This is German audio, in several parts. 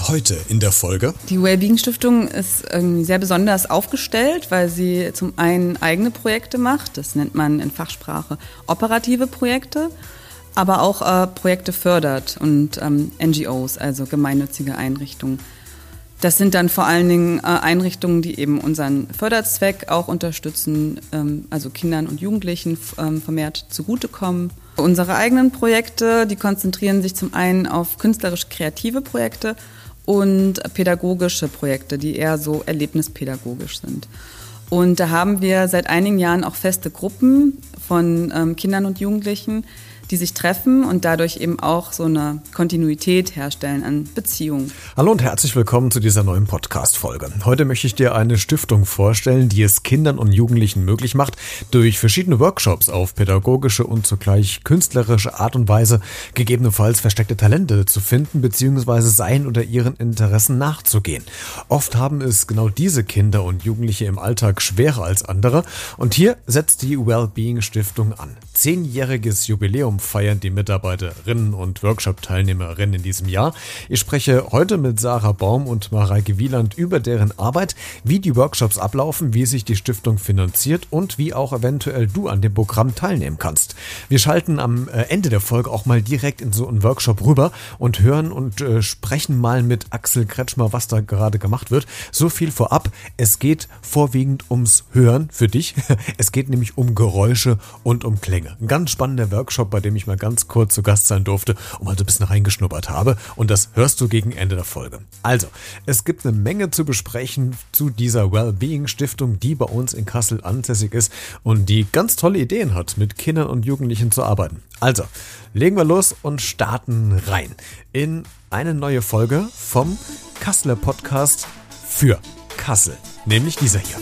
Heute in der Folge. Die Wellbeing-Stiftung ist sehr besonders aufgestellt, weil sie zum einen eigene Projekte macht, das nennt man in Fachsprache operative Projekte, aber auch Projekte fördert und NGOs, also gemeinnützige Einrichtungen. Das sind dann vor allen Dingen Einrichtungen, die eben unseren Förderzweck auch unterstützen, also Kindern und Jugendlichen vermehrt zugutekommen. Unsere eigenen Projekte, die konzentrieren sich zum einen auf künstlerisch-kreative Projekte und pädagogische Projekte, die eher so erlebnispädagogisch sind. Und da haben wir seit einigen Jahren auch feste Gruppen von Kindern und Jugendlichen, die sich treffen und dadurch eben auch so eine Kontinuität herstellen an Beziehungen. Hallo und herzlich willkommen zu dieser neuen Podcast-Folge. Heute möchte ich dir eine Stiftung vorstellen, die es Kindern und Jugendlichen möglich macht, durch verschiedene Workshops auf pädagogische und zugleich künstlerische Art und Weise gegebenenfalls versteckte Talente zu finden bzw. seinen oder ihren Interessen nachzugehen. Oft haben es genau diese Kinder und Jugendliche im Alltag schwerer als andere und hier setzt die Wellbeing Stiftung an. 10-jähriges Jubiläum feiern die Mitarbeiterinnen und Workshop-Teilnehmerinnen in diesem Jahr. Ich spreche heute mit Sarah Baum und Mareike Wieland über deren Arbeit, wie die Workshops ablaufen, wie sich die Stiftung finanziert und wie auch eventuell du an dem Programm teilnehmen kannst. Wir schalten am Ende der Folge auch mal direkt in so einen Workshop rüber und hören und sprechen mal mit Axel Kretschmer, was da gerade gemacht wird. So viel vorab, es geht vorwiegend ums Hören für dich. Es geht nämlich um Geräusche und um Klänge. Ein ganz spannender Workshop, bei dem ich mal ganz kurz zu Gast sein durfte und mal so ein bisschen reingeschnuppert habe. Und das hörst du gegen Ende der Folge. Also, es gibt eine Menge zu besprechen zu dieser Wellbeing Stiftung, die bei uns in Kassel ansässig ist und die ganz tolle Ideen hat, mit Kindern und Jugendlichen zu arbeiten. Also, legen wir los und starten rein in eine neue Folge vom Kasseler Podcast für Kassel, nämlich dieser hier.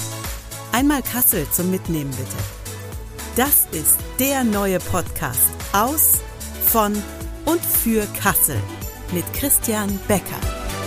Einmal Kassel zum Mitnehmen bitte. Das ist der neue Podcast aus, von und für Kassel mit Christian Becker.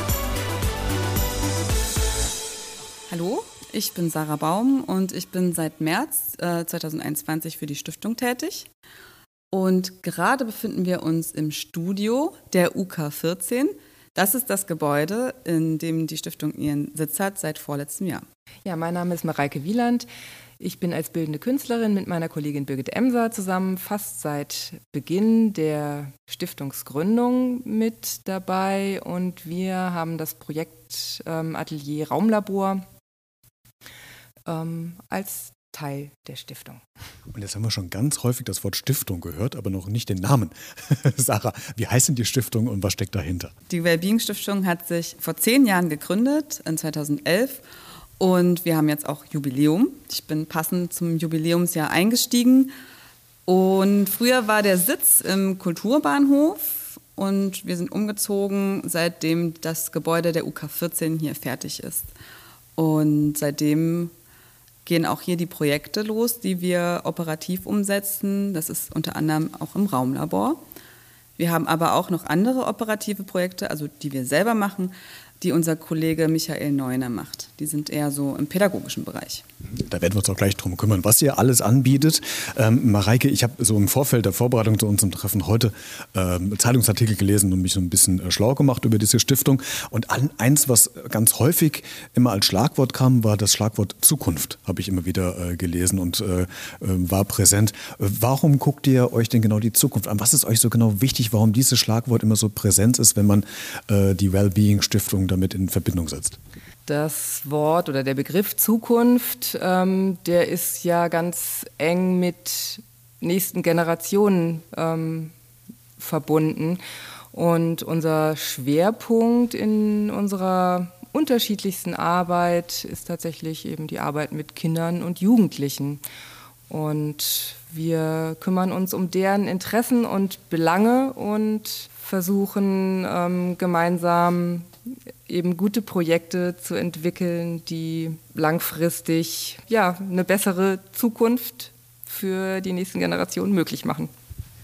Hallo, ich bin Sarah Baum und ich bin seit März 2021 für die Stiftung tätig. Und gerade befinden wir uns im Studio der UK 14. Das ist das Gebäude, in dem die Stiftung ihren Sitz hat seit vorletztem Jahr. Ja, mein Name ist Mareike Wieland. Ich bin als bildende Künstlerin mit meiner Kollegin Birgit Emser zusammen fast seit Beginn der Stiftungsgründung mit dabei und wir haben das Projekt Atelier Raumlabor als Teil der Stiftung. Und jetzt haben wir schon ganz häufig das Wort Stiftung gehört, aber noch nicht den Namen. Sarah, wie heißt denn die Stiftung und was steckt dahinter? Die Wellbeing Stiftung hat sich vor 10 Jahren gegründet, in 2011. Und wir haben jetzt auch Jubiläum. Ich bin passend zum Jubiläumsjahr eingestiegen. Und früher war der Sitz im Kulturbahnhof und wir sind umgezogen, seitdem das Gebäude der UK 14 hier fertig ist. Und seitdem gehen auch hier die Projekte los, die wir operativ umsetzen. Das ist unter anderem auch im Raumlabor. Wir haben aber auch noch andere operative Projekte, also die wir selber machen, die unser Kollege Michael Neuner macht. Die sind eher so im pädagogischen Bereich. Da werden wir uns auch gleich drum kümmern, was ihr alles anbietet. Mareike, ich habe so im Vorfeld der Vorbereitung zu unserem Treffen heute Zeitungsartikel gelesen und mich so ein bisschen schlau gemacht über diese Stiftung. Und eins, was ganz häufig immer als Schlagwort kam, war das Schlagwort Zukunft, habe ich immer wieder gelesen und war präsent. Warum guckt ihr euch denn genau die Zukunft an? Was ist euch so genau wichtig, warum dieses Schlagwort immer so präsent ist, wenn man die Wellbeing Stiftung damit in Verbindung setzt? Das Wort oder der Begriff Zukunft, der ist ja ganz eng mit nächsten Generationen verbunden. Und unser Schwerpunkt in unserer unterschiedlichsten Arbeit ist tatsächlich eben die Arbeit mit Kindern und Jugendlichen. Und wir kümmern uns um deren Interessen und Belange und versuchen gemeinsam eben gute Projekte zu entwickeln, die langfristig eine bessere Zukunft für die nächsten Generationen möglich machen.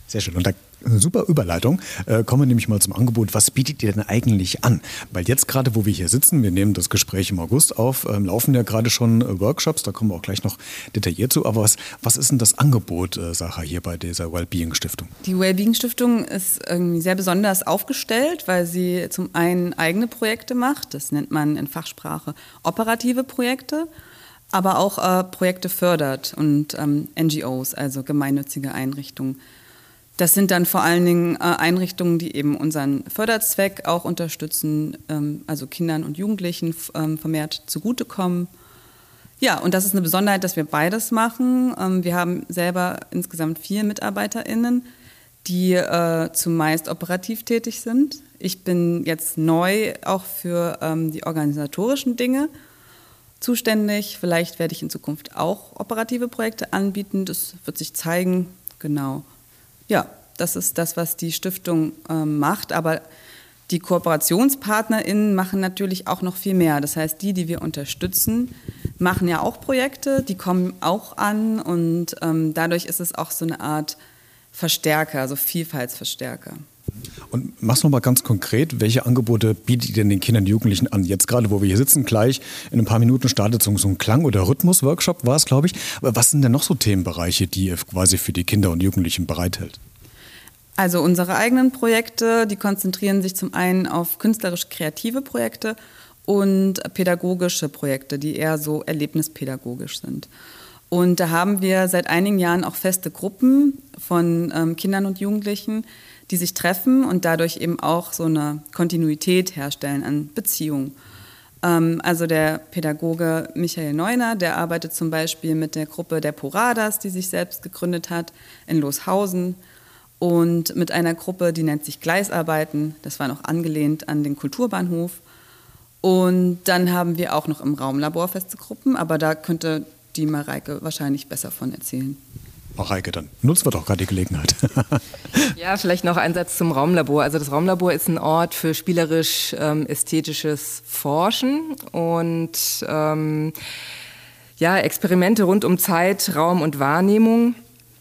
Sehr schön. Und da eine super Überleitung. Kommen wir nämlich mal zum Angebot. Was bietet ihr denn eigentlich an? Weil jetzt gerade, wo wir hier sitzen, wir nehmen das Gespräch im August auf, laufen ja gerade schon Workshops, da kommen wir auch gleich noch detailliert zu. Aber was ist denn das Angebot, Sarah, hier bei dieser Wellbeing Stiftung? Die Wellbeing Stiftung ist irgendwie sehr besonders aufgestellt, weil sie zum einen eigene Projekte macht. Das nennt man in Fachsprache operative Projekte. Aber auch Projekte fördert und NGOs, also gemeinnützige Einrichtungen. Das sind dann vor allen Dingen Einrichtungen, die eben unseren Förderzweck auch unterstützen, also Kindern und Jugendlichen vermehrt zugutekommen. Ja, und das ist eine Besonderheit, dass wir beides machen. Wir haben selber insgesamt 4 MitarbeiterInnen, die zumeist operativ tätig sind. Ich bin jetzt neu auch für die organisatorischen Dinge zuständig. Vielleicht werde ich in Zukunft auch operative Projekte anbieten. Das wird sich zeigen. Genau. Ja, das ist das, was die Stiftung macht. Aber die KooperationspartnerInnen machen natürlich auch noch viel mehr. Das heißt, die wir unterstützen, machen ja auch Projekte. Die kommen auch an. Und dadurch ist es auch so eine Art Verstärker, also Vielfaltsverstärker. Und mach's noch mal ganz konkret, welche Angebote bietet ihr denn den Kindern und Jugendlichen an? Jetzt gerade, wo wir hier sitzen, gleich in ein paar Minuten startet so ein Klang- oder Rhythmus-Workshop, war es, glaube ich. Aber was sind denn noch so Themenbereiche, die ihr quasi für die Kinder und Jugendlichen bereithält? Also unsere eigenen Projekte, die konzentrieren sich zum einen auf künstlerisch-kreative Projekte und pädagogische Projekte, die eher so erlebnispädagogisch sind. Und da haben wir seit einigen Jahren auch feste Gruppen von Kindern und Jugendlichen, die sich treffen und dadurch eben auch so eine Kontinuität herstellen an Beziehungen. Also der Pädagoge Michael Neuner, der arbeitet zum Beispiel mit der Gruppe der Poradas, die sich selbst gegründet hat, in Loshausen und mit einer Gruppe, die nennt sich Gleisarbeiten, das war noch angelehnt an den Kulturbahnhof. Und dann haben wir auch noch im Raumlabor feste Gruppen, aber da könnte die Mareike wahrscheinlich besser von erzählen. Mareike, dann nutzen wir doch gerade die Gelegenheit. Ja, vielleicht noch ein Satz zum Raumlabor. Also das Raumlabor ist ein Ort für spielerisch-ästhetisches Forschen und Experimente rund um Zeit, Raum und Wahrnehmung.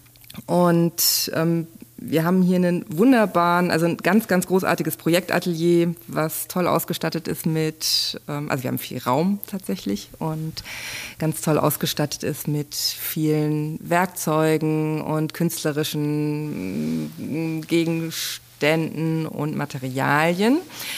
Und wir haben hier einen wunderbaren, also ein ganz, ganz großartiges Projektatelier, was toll ausgestattet ist mit, also wir haben viel Raum tatsächlich und ganz toll ausgestattet ist mit vielen Werkzeugen und künstlerischen Gegenständen und Materialien.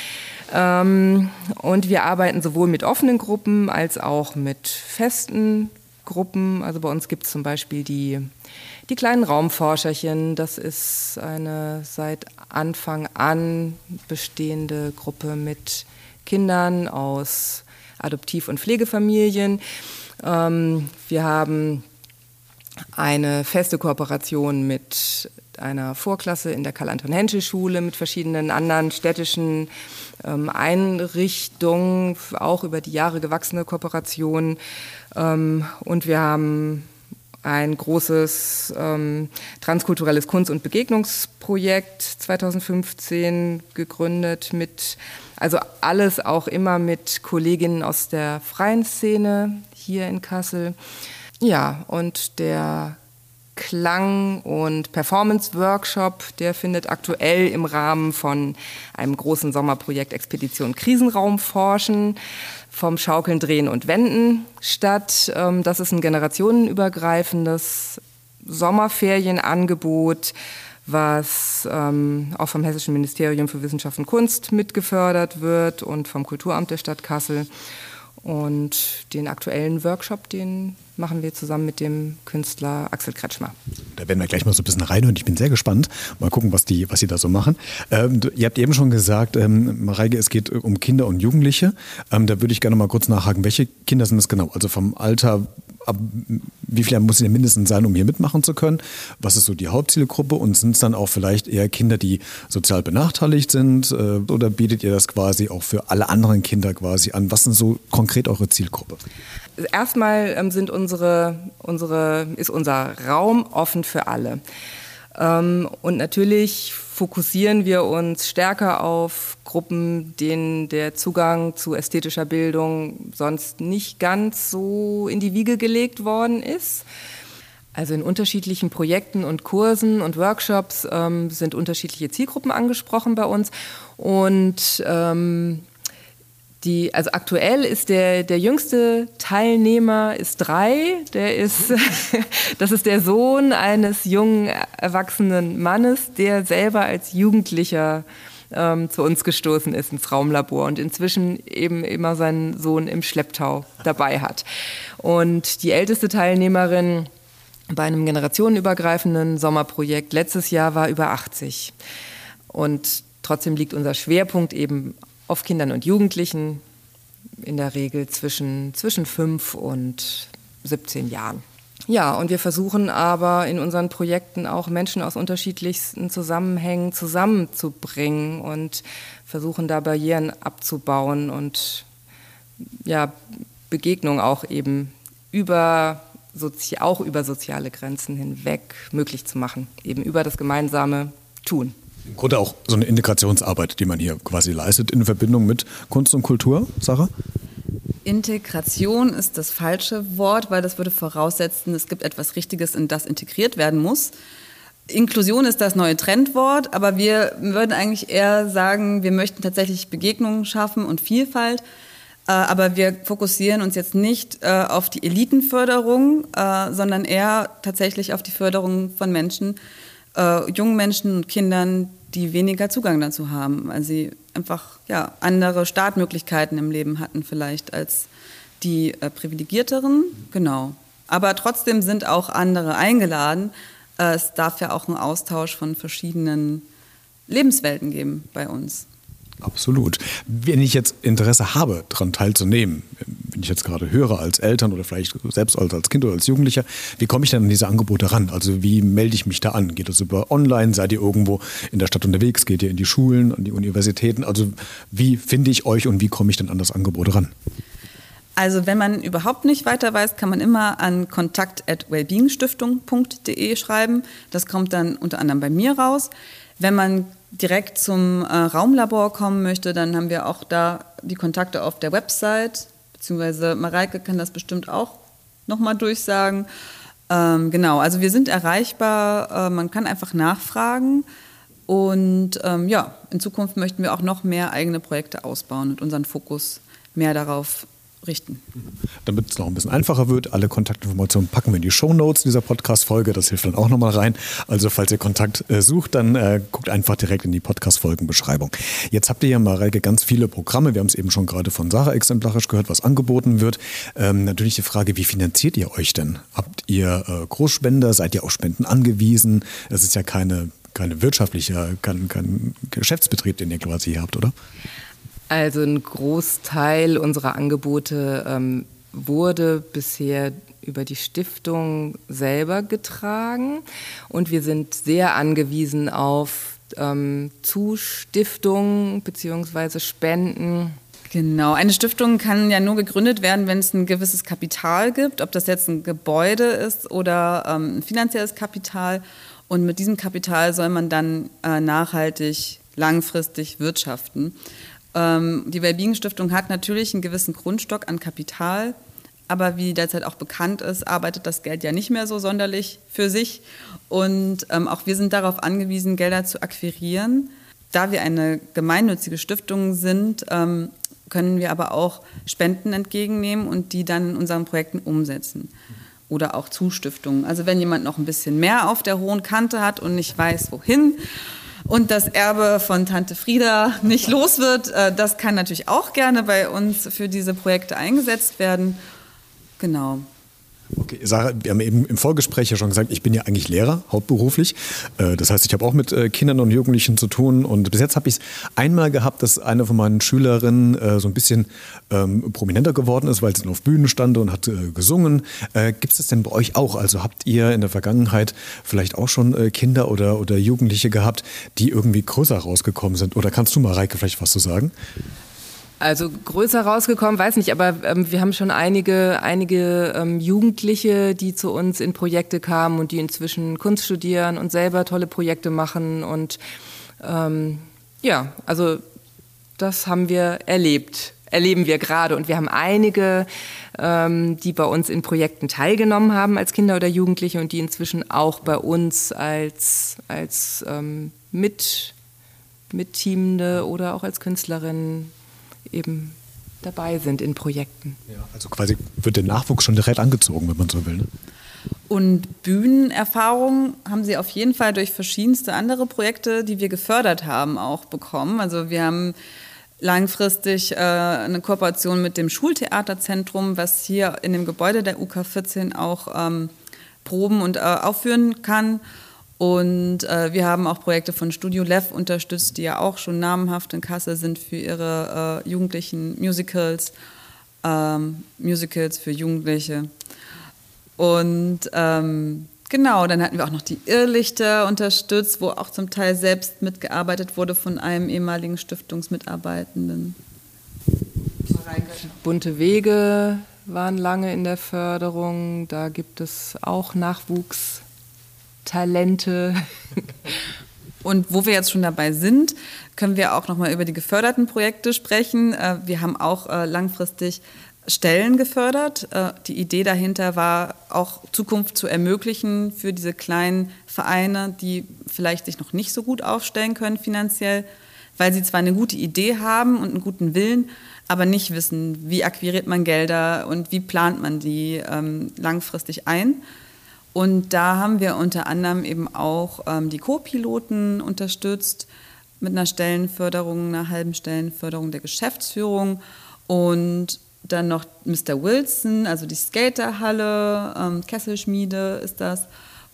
Und wir arbeiten sowohl mit offenen Gruppen als auch mit festen Gruppen. Also bei uns gibt es zum Beispiel die kleinen Raumforscherchen, das ist eine seit Anfang an bestehende Gruppe mit Kindern aus Adoptiv- und Pflegefamilien. Wir haben eine feste Kooperation mit einer Vorklasse in der Karl-Anton-Henschel-Schule, mit verschiedenen anderen städtischen Einrichtungen, auch über die Jahre gewachsene Kooperationen. Und wir haben ein großes transkulturelles Kunst- und Begegnungsprojekt 2015 gegründet also alles auch immer mit Kolleginnen aus der freien Szene hier in Kassel. Ja, und der Klang- und Performance-Workshop, der findet aktuell im Rahmen von einem großen Sommerprojekt Expedition Krisenraum forschen vom Schaukeln, Drehen und Wenden statt. Das ist ein generationenübergreifendes Sommerferienangebot, was auch vom Hessischen Ministerium für Wissenschaft und Kunst mitgefördert wird und vom Kulturamt der Stadt Kassel. Und den aktuellen Workshop, den machen wir zusammen mit dem Künstler Axel Kretschmer. Da werden wir gleich mal so ein bisschen reinhören. Ich bin sehr gespannt. Mal gucken, was die da so machen. Ihr habt eben schon gesagt, Mareike, es geht um Kinder und Jugendliche. Da würde ich gerne mal kurz nachhaken. Welche Kinder sind es genau? Also vom Alter, ab wie viel muss es denn mindestens sein, um hier mitmachen zu können? Was ist so die Hauptzielgruppe? Und sind es dann auch vielleicht eher Kinder, die sozial benachteiligt sind? Oder bietet ihr das quasi auch für alle anderen Kinder quasi an? Was sind so konkret eure Zielgruppe? Erstmal ist unser Raum offen für alle. Und natürlich fokussieren wir uns stärker auf Gruppen, denen der Zugang zu ästhetischer Bildung sonst nicht ganz so in die Wiege gelegt worden ist. Also in unterschiedlichen Projekten und Kursen und Workshops sind unterschiedliche Zielgruppen angesprochen bei uns. Und also aktuell ist der jüngste Teilnehmer ist 3. Das ist der Sohn eines jungen, erwachsenen Mannes, der selber als Jugendlicher zu uns gestoßen ist ins Raumlabor und inzwischen eben immer seinen Sohn im Schlepptau dabei hat. Und die älteste Teilnehmerin bei einem generationenübergreifenden Sommerprojekt letztes Jahr war über 80. Und trotzdem liegt unser Schwerpunkt eben auf Kindern und Jugendlichen, in der Regel zwischen 5 und 17 Jahren. Ja, und wir versuchen aber in unseren Projekten auch Menschen aus unterschiedlichsten Zusammenhängen zusammenzubringen und versuchen da Barrieren abzubauen und ja, Begegnungen auch eben über soziale Grenzen hinweg möglich zu machen, eben über das gemeinsame Tun. Im Grunde auch so eine Integrationsarbeit, die man hier quasi leistet in Verbindung mit Kunst und Kultur, Sarah? Integration ist das falsche Wort, weil das würde voraussetzen, es gibt etwas Richtiges, in das integriert werden muss. Inklusion ist das neue Trendwort, aber wir würden eigentlich eher sagen, wir möchten tatsächlich Begegnungen schaffen und Vielfalt, aber wir fokussieren uns jetzt nicht auf die Elitenförderung, sondern eher tatsächlich auf die Förderung von Menschen, jungen Menschen und Kindern, die weniger Zugang dazu haben, weil sie einfach andere Startmöglichkeiten im Leben hatten vielleicht als die Privilegierteren. Genau. Aber trotzdem sind auch andere eingeladen. Es darf ja auch einen Austausch von verschiedenen Lebenswelten geben bei uns. Absolut. Wenn ich jetzt Interesse habe, daran teilzunehmen, wenn ich jetzt gerade höre als Eltern oder vielleicht selbst als Kind oder als Jugendlicher, wie komme ich denn an diese Angebote ran? Also wie melde ich mich da an? Geht das über online? Seid ihr irgendwo in der Stadt unterwegs? Geht ihr in die Schulen, an die Universitäten? Also wie finde ich euch und wie komme ich denn an das Angebot ran? Also wenn man überhaupt nicht weiter weiß, kann man immer an kontakt@wellbeingstiftung.de schreiben. Das kommt dann unter anderem bei mir raus. Wenn man direkt zum Raumlabor kommen möchte, dann haben wir auch da die Kontakte auf der Website, beziehungsweise Mareike kann das bestimmt auch nochmal durchsagen. Genau, also wir sind erreichbar, man kann einfach nachfragen und in Zukunft möchten wir auch noch mehr eigene Projekte ausbauen und unseren Fokus mehr darauf richten. Damit es noch ein bisschen einfacher wird, alle Kontaktinformationen packen wir in die Shownotes dieser Podcast-Folge. Das hilft dann auch nochmal rein. Also falls ihr Kontakt sucht, dann guckt einfach direkt in die Podcast-Folgenbeschreibung. Jetzt habt ihr ja, Mareike, ganz viele Programme. Wir haben es eben schon gerade von Sarah exemplarisch gehört, was angeboten wird. Natürlich die Frage, wie finanziert ihr euch denn? Habt ihr Großspender? Seid ihr auf Spenden angewiesen? Es ist ja kein Geschäftsbetrieb, den ihr quasi hier habt, oder? Also ein Großteil unserer Angebote wurde bisher über die Stiftung selber getragen und wir sind sehr angewiesen auf Zustiftungen bzw. Spenden. Genau, eine Stiftung kann ja nur gegründet werden, wenn es ein gewisses Kapital gibt, ob das jetzt ein Gebäude ist oder ein finanzielles Kapital. Und mit diesem Kapital soll man dann nachhaltig, langfristig wirtschaften. Die Wellbeing-Stiftung hat natürlich einen gewissen Grundstock an Kapital, aber wie derzeit auch bekannt ist, arbeitet das Geld ja nicht mehr so sonderlich für sich. Und auch wir sind darauf angewiesen, Gelder zu akquirieren. Da wir eine gemeinnützige Stiftung sind, können wir aber auch Spenden entgegennehmen und die dann in unseren Projekten umsetzen. Oder auch Zustiftungen. Also wenn jemand noch ein bisschen mehr auf der hohen Kante hat und nicht weiß, wohin, und das Erbe von Tante Frieda nicht los wird, das kann natürlich auch gerne bei uns für diese Projekte eingesetzt werden. Genau. Okay, Sarah, wir haben eben im Vorgespräch ja schon gesagt, ich bin ja eigentlich Lehrer, hauptberuflich. Das heißt, ich habe auch mit Kindern und Jugendlichen zu tun. Und bis jetzt habe ich es einmal gehabt, dass eine von meinen Schülerinnen so ein bisschen prominenter geworden ist, weil sie dann auf Bühnen stand und hat gesungen. Gibt es das denn bei euch auch? Also habt ihr in der Vergangenheit vielleicht auch schon Kinder oder Jugendliche gehabt, die irgendwie größer rausgekommen sind? Oder kannst du, Mareike, vielleicht was zu sagen? Also größer rausgekommen, weiß nicht, aber wir haben schon einige Jugendliche, die zu uns in Projekte kamen und die inzwischen Kunst studieren und selber tolle Projekte machen. Und also das haben wir erlebt erleben wir gerade. Und wir haben einige, die bei uns in Projekten teilgenommen haben als Kinder oder Jugendliche und die inzwischen auch bei uns als Mitteamende oder auch als Künstlerin eben dabei sind in Projekten. Ja, also quasi wird der Nachwuchs schon direkt angezogen, wenn man so will. Ne? Und Bühnenerfahrung haben sie auf jeden Fall durch verschiedenste andere Projekte, die wir gefördert haben, auch bekommen. Also wir haben langfristig eine Kooperation mit dem Schultheaterzentrum, was hier in dem Gebäude der UK 14 auch proben und aufführen kann. Und wir haben auch Projekte von Studio Lev unterstützt, die ja auch schon namenhaft in Kassel sind für ihre jugendlichen Musicals für Jugendliche. Und genau, dann hatten wir auch noch die Irrlichter unterstützt, wo auch zum Teil selbst mitgearbeitet wurde von einem ehemaligen Stiftungsmitarbeitenden. Bunte Wege waren lange in der Förderung, da gibt es auch Nachwuchstalente. Und wo wir jetzt schon dabei sind, können wir auch noch mal über die geförderten Projekte sprechen. Wir haben auch langfristig Stellen gefördert. Die Idee dahinter war, auch Zukunft zu ermöglichen für diese kleinen Vereine, die vielleicht sich noch nicht so gut aufstellen können finanziell, weil sie zwar eine gute Idee haben und einen guten Willen, aber nicht wissen, wie akquiriert man Gelder und wie plant man die langfristig ein. Und da haben wir unter anderem eben auch die Co-Piloten unterstützt mit einer Stellenförderung, einer halben Stellenförderung der Geschäftsführung und dann noch Mr. Wilson, also die Skaterhalle, Kesselschmiede ist das,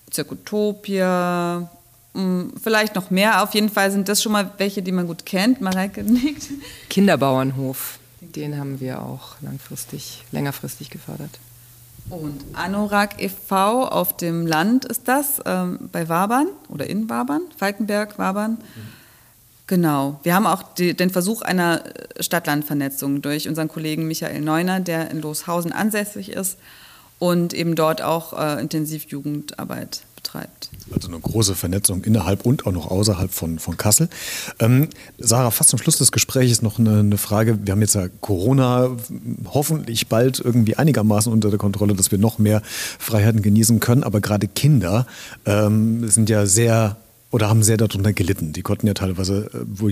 Zirkutopia, vielleicht noch mehr. Auf jeden Fall sind das schon mal welche, die man gut kennt. Mareike nickt. Kinderbauernhof, den haben wir auch längerfristig gefördert. Und Anorak e.V. auf dem Land ist das, bei Wabern oder in Wabern, Falkenberg, Wabern. Genau. Wir haben auch den Versuch einer Stadt-Land-Vernetzung durch unseren Kollegen Michael Neuner, der in Loshausen ansässig ist und eben dort auch intensiv Jugendarbeit betreibt. Also eine große Vernetzung innerhalb und auch noch außerhalb von Kassel. Sarah, fast zum Schluss des Gesprächs noch eine Frage. Wir haben jetzt ja Corona hoffentlich bald irgendwie einigermaßen unter der Kontrolle, dass wir noch mehr Freiheiten genießen können. Aber gerade Kinder sind ja haben sehr darunter gelitten. Die konnten ja teilweise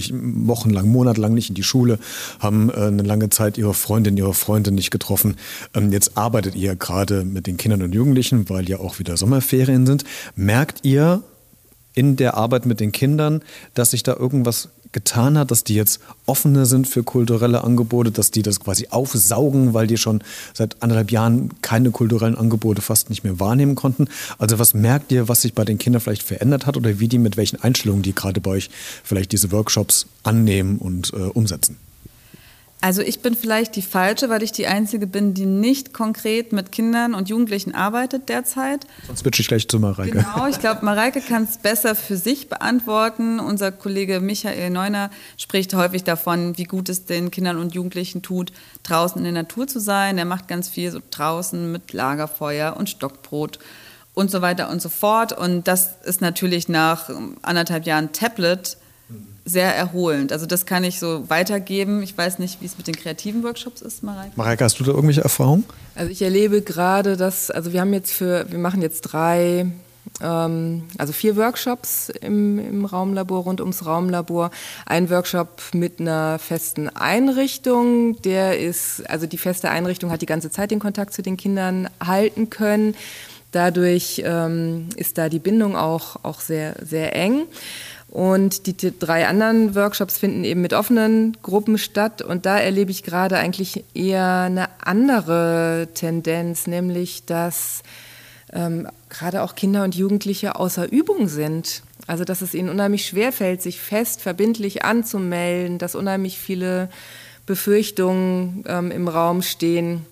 monatelang nicht in die Schule, haben eine lange Zeit ihre Freundin nicht getroffen. Jetzt arbeitet ihr gerade mit den Kindern und Jugendlichen, weil ja auch wieder Sommerferien sind. Merkt ihr in der Arbeit mit den Kindern, dass sich da irgendwas getan hat, dass die jetzt offener sind für kulturelle Angebote, dass die das quasi aufsaugen, weil die schon seit 1,5 Jahren keine kulturellen Angebote fast nicht mehr wahrnehmen konnten? Also was merkt ihr, was sich bei den Kindern vielleicht verändert hat oder mit welchen Einstellungen die gerade bei euch vielleicht diese Workshops annehmen und umsetzen? Also ich bin vielleicht die Falsche, weil ich die Einzige bin, die nicht konkret mit Kindern und Jugendlichen arbeitet derzeit. Sonst switche ich gleich zu Mareike. Genau, ich glaube, Mareike kann es besser für sich beantworten. Unser Kollege Michael Neuner spricht häufig davon, wie gut es den Kindern und Jugendlichen tut, draußen in der Natur zu sein. Er macht ganz viel so draußen mit Lagerfeuer und Stockbrot und so weiter und so fort. Und das ist natürlich nach 1,5 Jahren Tablet sehr erholend. Also das kann ich so weitergeben. Ich weiß nicht, wie es mit den kreativen Workshops ist, Mareike. Mareike, hast du da irgendwelche Erfahrungen? Also ich erlebe gerade, wir machen jetzt 4 Workshops im Raumlabor, rund ums Raumlabor. Ein Workshop mit einer festen Einrichtung, die feste Einrichtung hat die ganze Zeit den Kontakt zu den Kindern halten können. Dadurch ist da die Bindung auch sehr, sehr eng. Und die 3 anderen Workshops finden eben mit offenen Gruppen statt. Und da erlebe ich gerade eigentlich eher eine andere Tendenz, nämlich dass gerade auch Kinder und Jugendliche außer Übung sind. Also dass es ihnen unheimlich schwerfällt, sich fest, verbindlich anzumelden, dass unheimlich viele Befürchtungen im Raum stehen.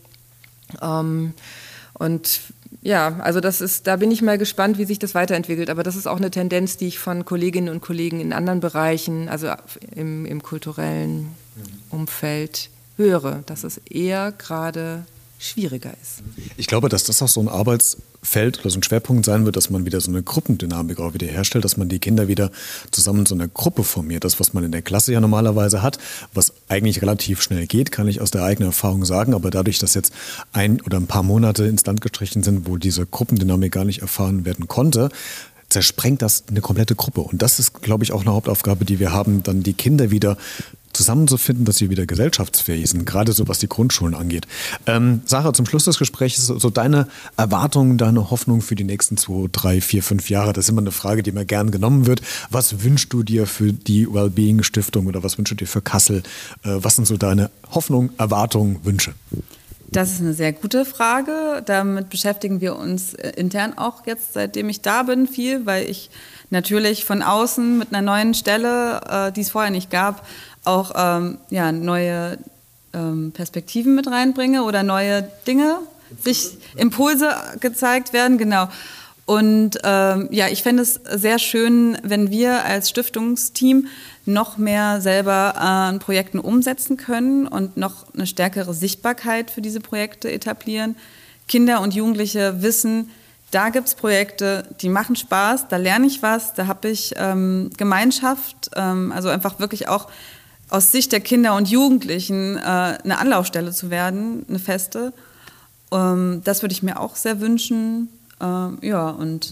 Und ja, also da bin ich mal gespannt, wie sich das weiterentwickelt. Aber das ist auch eine Tendenz, die ich von Kolleginnen und Kollegen in anderen Bereichen, also im kulturellen Umfeld höre, dass es eher gerade schwieriger ist. Ich glaube, dass das auch so ein Feld oder so ein Schwerpunkt sein wird, dass man wieder so eine Gruppendynamik auch wieder herstellt, dass man die Kinder wieder zusammen in so einer Gruppe formiert. Das, was man in der Klasse ja normalerweise hat, was eigentlich relativ schnell geht, kann ich aus der eigenen Erfahrung sagen. Aber dadurch, dass jetzt ein paar Monate ins Land gestrichen sind, wo diese Gruppendynamik gar nicht erfahren werden konnte, zersprengt das eine komplette Gruppe. Und das ist, glaube ich, auch eine Hauptaufgabe, die wir haben, dann die Kinder wieder zusammenzufinden, dass sie wieder gesellschaftsfähig sind, gerade so was die Grundschulen angeht. Sarah, zum Schluss des Gesprächs, so deine Erwartungen, deine Hoffnung für die nächsten 2, 3, 4, 5 Jahre, das ist immer eine Frage, die mir gern genommen wird. Was wünschst du dir für die Wellbeing Stiftung oder was wünschst du dir für Kassel? Was sind so deine Hoffnungen, Erwartungen, Wünsche? Das ist eine sehr gute Frage. Damit beschäftigen wir uns intern auch jetzt, seitdem ich da bin, viel, weil ich natürlich von außen mit einer neuen Stelle, die es vorher nicht gab, auch neue Perspektiven mit reinbringe oder neue Dinge, sich Impulse gezeigt werden, genau. Und ich fände es sehr schön, wenn wir als Stiftungsteam noch mehr selber an Projekten umsetzen können und noch eine stärkere Sichtbarkeit für diese Projekte etablieren. Kinder und Jugendliche wissen, da gibt es Projekte, die machen Spaß, da lerne ich was, da habe ich Gemeinschaft, also einfach wirklich auch aus Sicht der Kinder und Jugendlichen eine Anlaufstelle zu werden, eine feste. Das würde ich mir auch sehr wünschen. Und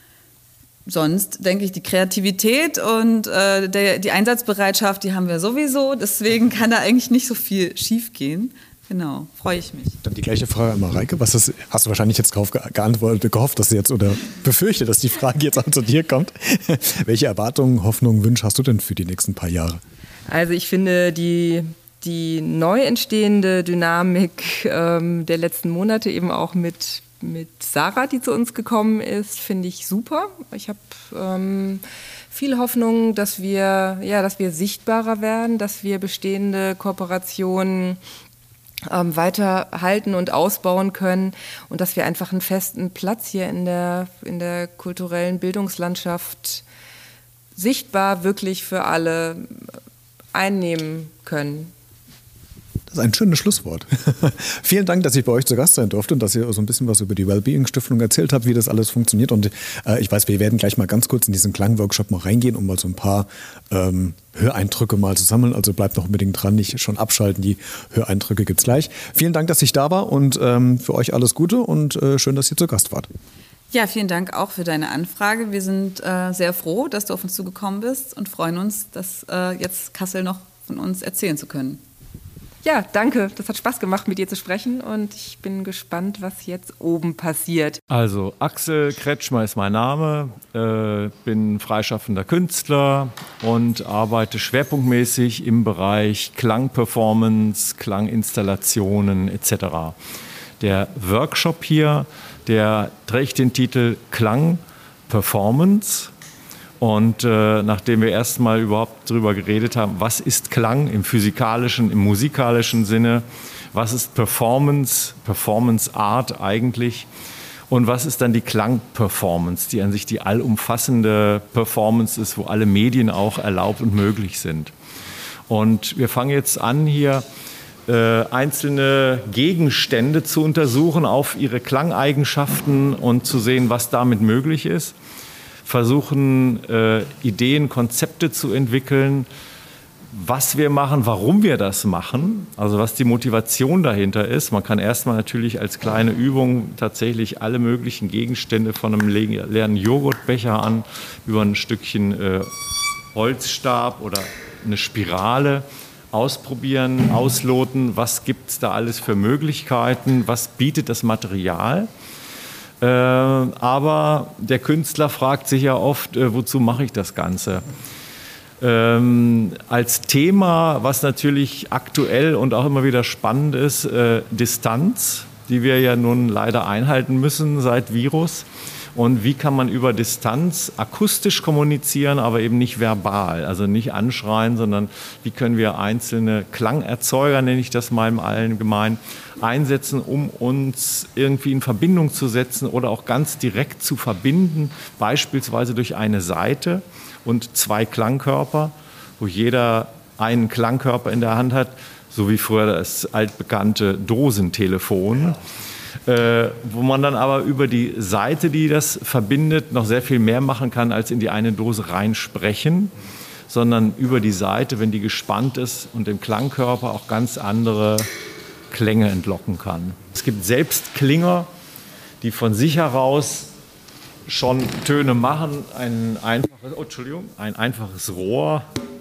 sonst denke ich, die Kreativität und die Einsatzbereitschaft, die haben wir sowieso. Deswegen kann da eigentlich nicht so viel schief gehen. Genau, freue ich mich. Dann die gleiche Frage an Mareike. Hast du wahrscheinlich jetzt darauf geantwortet, gehofft, dass sie jetzt oder befürchtet, dass die Frage jetzt auch zu dir kommt. Welche Erwartungen, Hoffnungen, Wünsche hast du denn für die nächsten paar Jahre? Also ich finde die neu entstehende Dynamik der letzten Monate eben auch mit Sarah, die zu uns gekommen ist, finde ich super. Ich habe viel Hoffnung, dass wir sichtbarer werden, dass wir bestehende Kooperationen weiter halten und ausbauen können und dass wir einfach einen festen Platz hier in der kulturellen Bildungslandschaft sichtbar wirklich für alle einnehmen können. Das ist ein schönes Schlusswort. Vielen Dank, dass ich bei euch zu Gast sein durfte und dass ihr so ein bisschen was über die Wellbeing Stiftung erzählt habt, wie das alles funktioniert. Und ich weiß, wir werden gleich mal ganz kurz in diesen Klangworkshop mal reingehen, um mal so ein paar Höreindrücke mal zu sammeln. Also bleibt noch unbedingt dran, nicht schon abschalten. Die Höreindrücke gibt's gleich. Vielen Dank, dass ich da war und für euch alles Gute und schön, dass ihr zu Gast wart. Ja, vielen Dank auch für deine Anfrage. Wir sind sehr froh, dass du auf uns zugekommen bist und freuen uns, dass jetzt Kassel noch von uns erzählen zu können. Ja, danke. Das hat Spaß gemacht, mit dir zu sprechen und ich bin gespannt, was jetzt oben passiert. Also Axel Kretschmer ist mein Name, bin freischaffender Künstler und arbeite schwerpunktmäßig im Bereich Klangperformance, Klanginstallationen etc. Der Workshop hier, der trägt den Titel Klangperformance. Und nachdem wir erstmal überhaupt darüber geredet haben, was ist Klang im physikalischen, im musikalischen Sinne, was ist Performance Art eigentlich und was ist dann die Klangperformance, die an sich die allumfassende Performance ist, wo alle Medien auch erlaubt und möglich sind. Und wir fangen jetzt an, hier einzelne Gegenstände zu untersuchen auf ihre Klangeigenschaften und zu sehen, was damit möglich ist. Versuchen, Ideen, Konzepte zu entwickeln, was wir machen, warum wir das machen, also was die Motivation dahinter ist. Man kann erstmal natürlich als kleine Übung tatsächlich alle möglichen Gegenstände von einem leeren Joghurtbecher an, über ein Stückchen Holzstab oder eine Spirale ausprobieren, ausloten, was gibt es da alles für Möglichkeiten, was bietet das Material. Aber der Künstler fragt sich ja oft, wozu mache ich das Ganze? Als Thema, was natürlich aktuell und auch immer wieder spannend ist, Distanz, die wir ja nun leider einhalten müssen seit Virus. Und wie kann man über Distanz akustisch kommunizieren, aber eben nicht verbal, also nicht anschreien, sondern wie können wir einzelne Klangerzeuger, nenne ich das mal im Allgemeinen, einsetzen, um uns irgendwie in Verbindung zu setzen oder auch ganz direkt zu verbinden, beispielsweise durch eine Saite und 2 Klangkörper, wo jeder einen Klangkörper in der Hand hat, so wie früher das altbekannte Dosentelefon. wo man dann aber über die Saite, die das verbindet, noch sehr viel mehr machen kann, als in die eine Dose reinsprechen, sondern über die Saite, wenn die gespannt ist und dem Klangkörper auch ganz andere Klänge entlocken kann. Es gibt selbst Klinger, die von sich heraus schon Töne machen. Ein einfaches Rohr.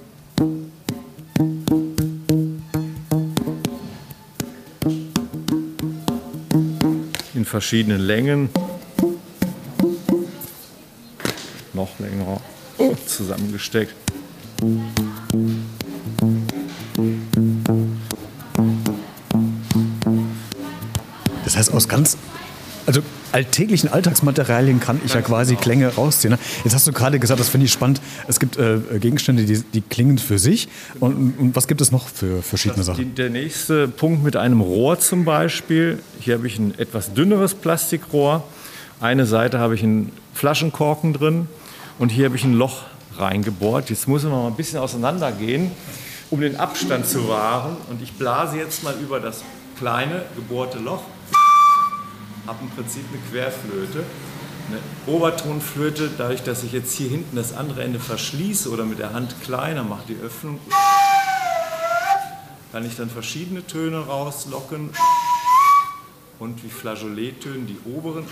In verschiedenen Längen. Noch länger zusammengesteckt. Das heißt, aus alltäglichen Alltagsmaterialien kann ich ja quasi Klänge rausziehen. Jetzt hast du gerade gesagt, das finde ich spannend, es gibt Gegenstände, die klingen für sich. Und was gibt es noch für verschiedene Sachen? Der nächste Punkt mit einem Rohr zum Beispiel. Hier habe ich ein etwas dünneres Plastikrohr. Eine Seite habe ich einen Flaschenkorken drin und hier habe ich ein Loch reingebohrt. Jetzt muss man mal ein bisschen auseinander gehen, um den Abstand zu wahren. Und ich blase jetzt mal über das kleine gebohrte Loch. Habe im Prinzip eine Querflöte, eine Obertonflöte. Dadurch, dass ich jetzt hier hinten das andere Ende verschließe oder mit der Hand kleiner mache, die Öffnung, kann ich dann verschiedene Töne rauslocken und wie Flageolettönen die oberen.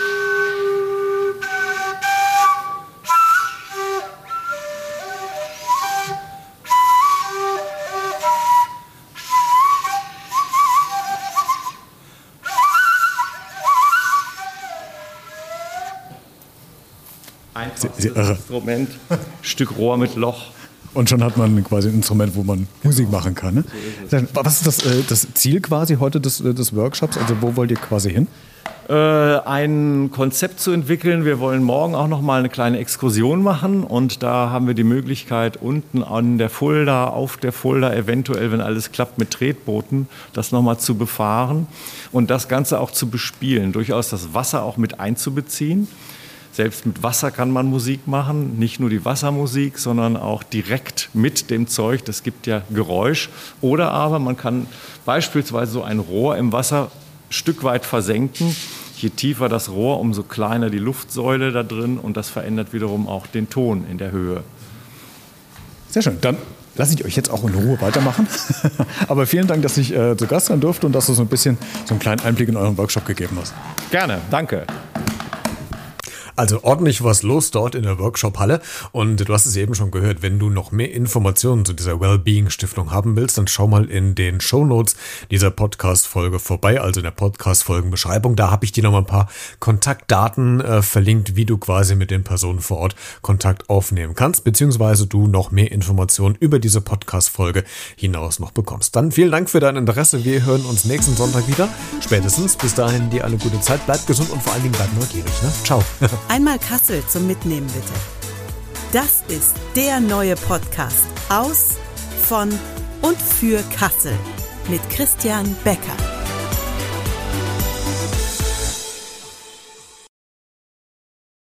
Einfaches Instrument, Stück Rohr mit Loch. Und schon hat man quasi ein Instrument, wo man Musik machen kann. Ne? Was ist das Ziel quasi heute des Workshops? Also wo wollt ihr quasi hin? Ein Konzept zu entwickeln. Wir wollen morgen auch noch mal eine kleine Exkursion machen und da haben wir die Möglichkeit, unten an der Fulda, auf der Fulda eventuell, wenn alles klappt, mit Tretbooten das noch mal zu befahren und das Ganze auch zu bespielen. Durchaus das Wasser auch mit einzubeziehen. Selbst mit Wasser kann man Musik machen, nicht nur die Wassermusik, sondern auch direkt mit dem Zeug. Das gibt ja Geräusch. Oder aber man kann beispielsweise so ein Rohr im Wasser ein Stück weit versenken. Je tiefer das Rohr, umso kleiner die Luftsäule da drin und das verändert wiederum auch den Ton in der Höhe. Sehr schön. Dann lasse ich euch jetzt auch in Ruhe weitermachen. Aber vielen Dank, dass ich zu Gast sein durfte und dass du so einen kleinen Einblick in euren Workshop gegeben hast. Gerne, danke. Also ordentlich was los dort in der Workshop-Halle und du hast es eben schon gehört, wenn du noch mehr Informationen zu dieser Wellbeing-Stiftung haben willst, dann schau mal in den Shownotes dieser Podcast-Folge vorbei, also in der Podcast-Folgenbeschreibung. Da habe ich dir noch mal ein paar Kontaktdaten verlinkt, wie du quasi mit den Personen vor Ort Kontakt aufnehmen kannst, beziehungsweise du noch mehr Informationen über diese Podcast-Folge hinaus noch bekommst. Dann vielen Dank für dein Interesse. Wir hören uns nächsten Sonntag wieder, spätestens. Bis dahin dir eine gute Zeit, bleib gesund und vor allen Dingen bleib neugierig. Ne? Ciao. Einmal Kassel zum Mitnehmen bitte. Das ist der neue Podcast aus, von und für Kassel mit Christian Becker.